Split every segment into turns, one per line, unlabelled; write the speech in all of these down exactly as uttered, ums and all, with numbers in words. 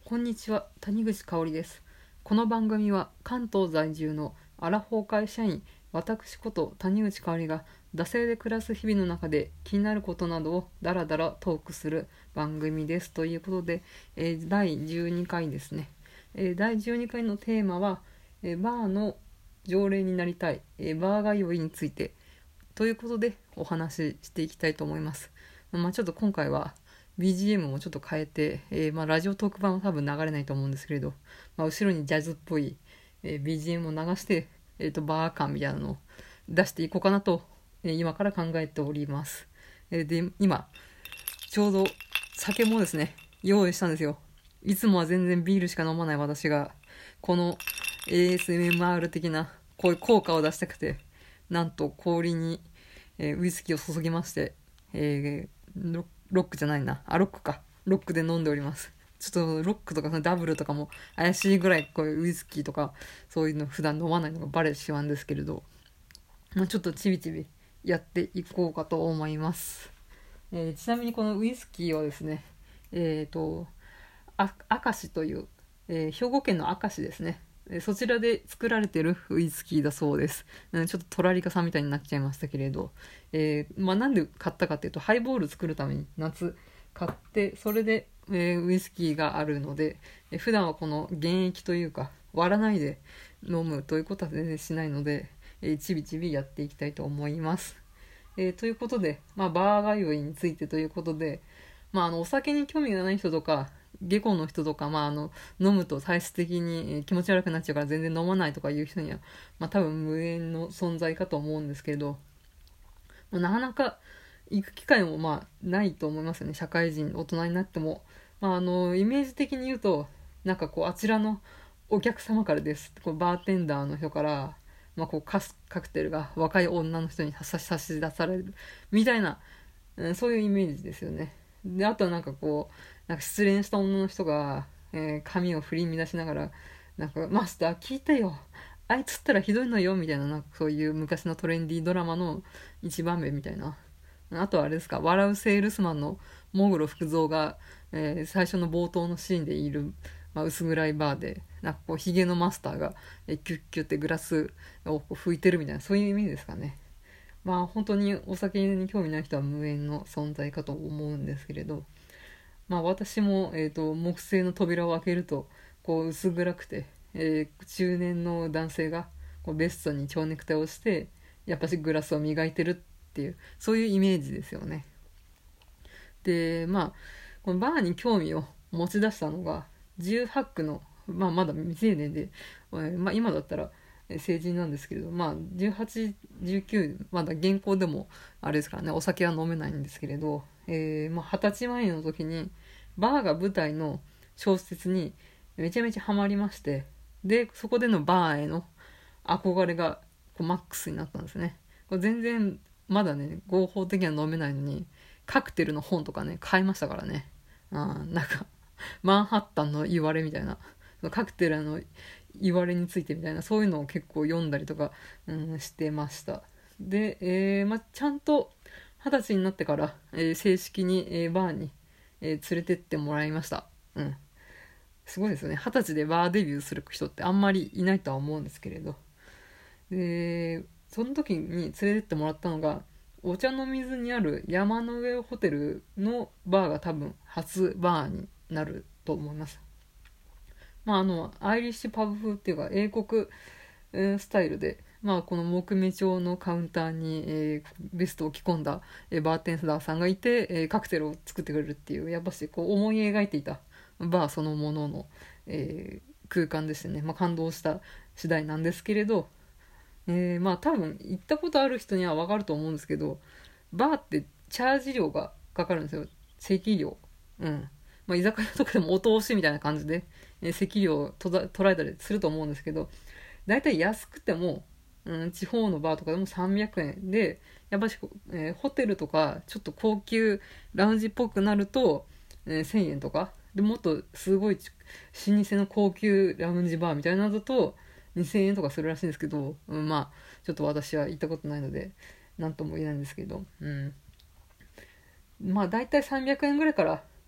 こんにちは、谷口香織です。この番組は関東在住のアラフォー会社員、私こと谷口香織が惰性で暮らす日々の中で気になることなどをダラダラトークする番組です。ということで、えーだいじゅうにかいですね。えーだいじゅうにかいのテーマは、えーバーの常連になりたい、えーバー通いについてということでお話ししていきたいと思います。まあ、ちょっと今回は ビージーエム もちょっと変えて、えーまあ、ラジオトーク版は多分流れないと思うんですけれど、まあ、後ろにジャズっぽい、えー ビージーエム を流して、えーと、バー感みたいなのを出していこうかなと、えー今から考えております。えーで、今、ちょうど酒もですね、用意したんですよ。いつもは全然ビールしか飲まない私が、この エーエスエムアール 的なこういう効果を出したくて、なんと氷に、えーウイスキーを注ぎまして、えーロ、ロックじゃないな、あ、ロックか。ロックで飲んでおります。ちょっとロックとかそのダブルとかも怪しいぐらいこういうウイスキーとかそういうの普段飲まないのがバレてしまうんですけれど、まあ、ちょっとちびちびやっていこうかと思います。えーちなみにこのウイスキーはですね、えっ、と、あ明石という、えー兵庫県の明石ですね。えーそちらで作られてるウイスキーだそうです。うん、ちょっとトラリカさんみたいになっちゃいましたけれど、えーまあ、なんで買ったかっていうと、ハイボール作るために夏買って、それで、えーウイスキーがあるので、えー普段はこの原液というか、割らないで飲むということは全然しないので、えーちびちびやっていきたいと思います。えーということで、まあ、バー通いについてということで、まあ、あのお酒に興味がない人とか下戸の人とか、まあ、あの飲むと体質的にえー気持ち悪くなっちゃうから全然飲まないとかいう人には、まあ、多分無縁の存在かと思うんですけど、まあなかなか行く機会もまあないと思いますよね。社会人大人になっても、まあ、あのイメージ的に言うとなんかこうあちらのお客様からですこうバーテンダーの人から、まあ、こうカスカクテルが若い女の人に差し差し出されるみたいな、うん、そういうイメージですよね。であとはなんかこうなんか失恋した女の人が、えー髪を振り乱しながらなんかマスター聞いたよ、あいつったらひどいのよみたいな、なんかそういう昔のトレンディードラマの一番目みたいな。あとはあれですか、笑うセールスマンのモグロ福蔵が、えー最初の冒頭のシーンでいる、まあ、薄暗いバーでなんかこうヒゲのマスターが、えーキュッキュッてグラスをこう拭いてるみたいな、そういう意味ですかね。まあ本当にお酒に興味ない人は無縁の存在かと思うんですけれど、まあ私も、えーと、木製の扉を開けるとこう薄暗くて、えー中年の男性がこうベストに蝶ネクタイをしてやっぱしグラスを磨いてるっていう、そういうイメージですよね。でまあこのバーに興味を持ち出したのがじゅうはっ区の、まあ、まだ未成年で、えーまあ、今だったらえー成人なんですけれど、まあ、じゅうはち、じゅうきゅうまだ現行でもあれですからね、お酒は飲めないんですけれど、えーまあ、はたち前の時にバーが舞台の小説にめちゃめちゃハマりまして、でそこでのバーへの憧れがこうマックスになったんですね。これ全然まだね合法的には飲めないのにカクテルの本とかね買いましたからね。あなんかマンハッタンの言われみたいな、カクテルの言われについてみたいな、そういうのを結構読んだりとか、うん、してました。で、えーまあ、ちゃんと二十歳になってから、えー正式に、えーバーに、えー連れてってもらいました。うん、すごいですよね。二十歳でバーデビューする人ってあんまりいないとは思うんですけれど、でその時に連れてってもらったのがお茶の水にある山の上ホテルのバーが多分初バーになると思います。まああのアイリッシュパブ風っていうか英国、えースタイルで、まあ、この木目調のカウンターに、えーベストを着込んだ、えーバーテンダーさんがいて、えーカクテルを作ってくれるっていうやっぱしこう思い描いていたバーそのものの、えー空間でしてね、まあ、感動した次第なんですけれど、えー、まあ多分行ったことある人には分かると思うんですけど、バーってチャージ料がかかるんですよ。席料。うん。まあ居酒屋とかでもお通しみたいな感じで、えー席料をとだ取られたりすると思うんですけど、だいたい安くても、うん、地方のバーとかでもさんびゃくえんで、やっぱし、えーホテルとかちょっと高級ラウンジっぽくなると、えーせんえんとかで、もっとすごい老舗の高級ラウンジバーみたいなのだとにせんえんとかするらしいんですけど、うん、まあちょっと私は行ったことないので何とも言えないんですけど、うん、まあだいたいさんびゃくえんぐらいから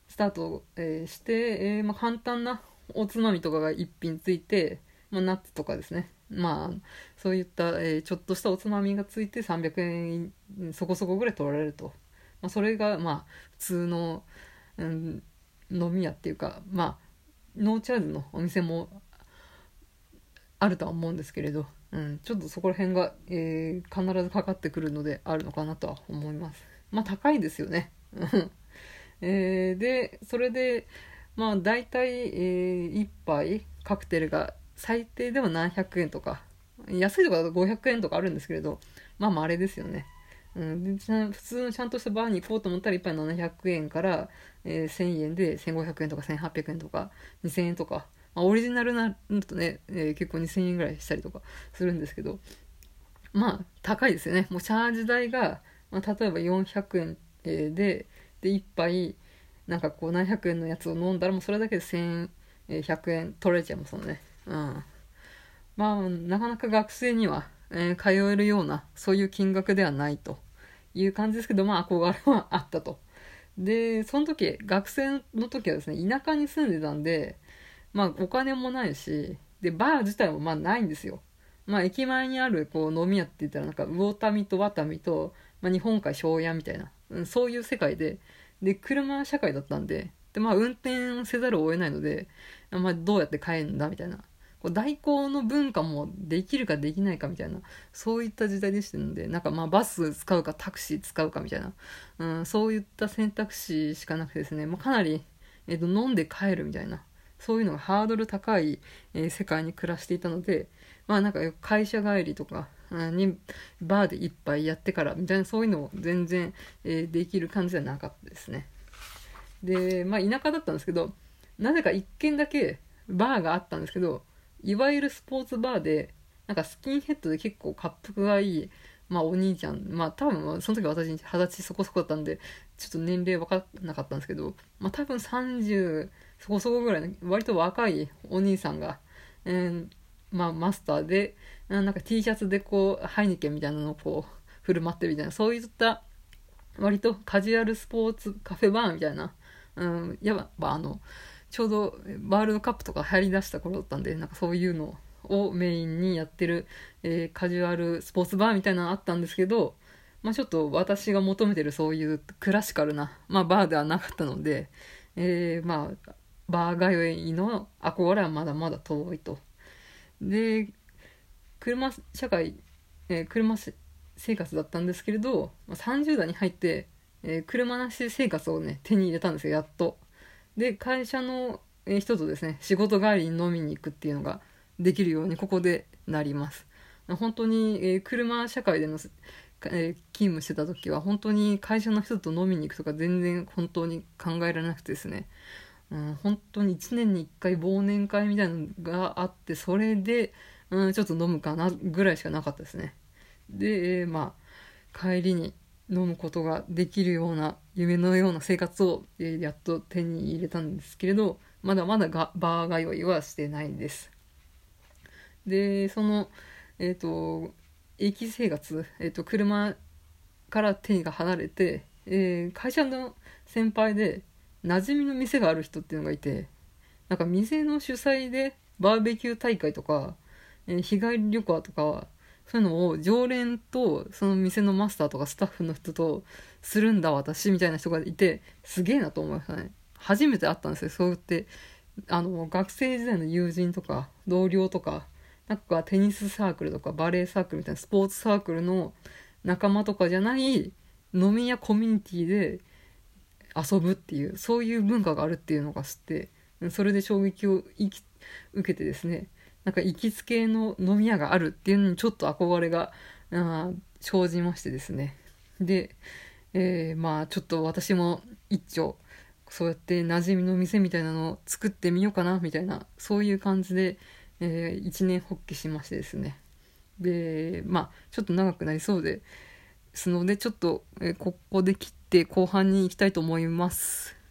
スタート、えーして、えーまあ、簡単なおつまみとかが一品ついて、まあ、ナッツとかですね、まあそういった、えーちょっとしたおつまみがついてさんびゃくえんそこそこぐらい取られると、まあ、それがまあ普通の、うん、飲み屋っていうか、まあノーチャージのお店もあるとは思うんですけれど、うん、ちょっとそこら辺が、えー必ずかかってくるのであるのかなとは思います。まあ高いですよね。えーでそれでまあ大体、えー、いっぱいカクテルが最低でも何百円とか、安いとかだとごひゃくえんとかあるんですけれど、まあまああれですよね。うん、でちな普通のちゃんとしたバーに行こうと思ったらいっぱいななひゃくえんから、えーせんえんでせんごひゃくえんとかせんはっぴゃくえんとかにせんえんとか、まあ、オリジナルなのとね、えー結構にせんえんぐらいしたりとかするんですけど、まあ高いですよね。もうチャージ代が、まあ、例えばよんひゃくえん、えーででいっぱいなんかこう何百円のやつを飲んだらもうそれだけでせんひゃくえん取られちゃいますもんね。うん。まあなかなか学生には、えー通えるようなそういう金額ではないという感じですけど、まあ憧れはあったと。でその時学生の時はですね、田舎に住んでたんで、まあお金もないし、でバー自体もまあないんですよ。まあ駅前にあるこう飲み屋って言ったらなんか魚民とワタミと、まあ、日本海庄屋みたいな、うん、そういう世界で、で車社会だったんで、でまあ運転せざるを得ないので、まあどうやって帰るんだみたいな、こう代行の文化もできるかできないかみたいな、そういった時代でしたので、なんかまあバス使うかタクシー使うかみたいな、うん、そういった選択肢しかなくてですね、もうかなり、えっと、飲んで帰るみたいな、そういうのがハードル高い、えー世界に暮らしていたので、まあなんか会社帰りとかうんにバーで一杯やってからみたいな、そういうのを全然、えーできる感じじゃなかったですね。でまあ田舎だったんですけど、なぜか一軒だけバーがあったんですけど、いわゆるスポーツバーで、なんかスキンヘッドで結構恰幅がいい、まあお兄ちゃん、まあ多分その時私二十歳そこそこだったんでちょっと年齢分かんなかったんですけど、まあ多分さんじゅうそこそこぐらいの割と若いお兄さんが、えーまあマスターで、なんか T シャツでこうハイニケンみたいなのをこう振る舞ってるみたいな、そういった割とカジュアルスポーツカフェバーみたいな、うん、やっぱあのちょうどワールドカップとか流行りだした頃だったんで、なんかそういうのをメインにやってる、えーカジュアルスポーツバーみたいなのあったんですけど、まあ、ちょっと私が求めてるそういうクラシカルな、まあ、バーではなかったので、えーまあバー通いの憧れはまだまだ遠いと。で車社会、えー車生活だったんですけれど、まあさんじゅう代に入って、えー車なし生活をね手に入れたんですよ、やっと。で会社のえー人とですね、仕事帰りに飲みに行くっていうのができるようにここでなります。本当に、えー車社会での、えー勤務してた時は本当に会社の人と飲みに行くとか全然本当に考えられなくてですね、うん、本当にいちねんにいっかい忘年会みたいなのがあって、それで、うん、ちょっと飲むかなぐらいしかなかったですね。で、えーまあ帰りに飲むことができるような夢のような生活を、えーやっと手に入れたんですけれど、まだまだがバー通いはしてないです。でそのえっ、と駅生活、えっ、と車から手が離れて、えー会社の先輩で馴染みの店がある人っていうのがいて、なんか店の主催でバーベキュー大会とか、えー日帰り旅行とか、そういうのを常連とその店のマスターとかスタッフの人とするんだ私みたいな人がいて、すげえなと思いましたね。初めて会ったんですよ、そうやってあの学生時代の友人とか同僚とか、なんかテニスサークルとかバレーサークルみたいなスポーツサークルの仲間とかじゃない飲み屋コミュニティで遊ぶっていう、そういう文化があるっていうのが知って、それで衝撃を受けてですね、なんか行きつけの飲み屋があるっていうのにちょっと憧れがあ生じましてですね。で、えーまあちょっと私も一丁そうやって馴染みの店みたいなのを作ってみようかなみたいな、そういう感じで、えー一年発起しましてですね。でまあちょっと長くなりそうですので、ちょっと、えーここで切って後半に行きたいと思います。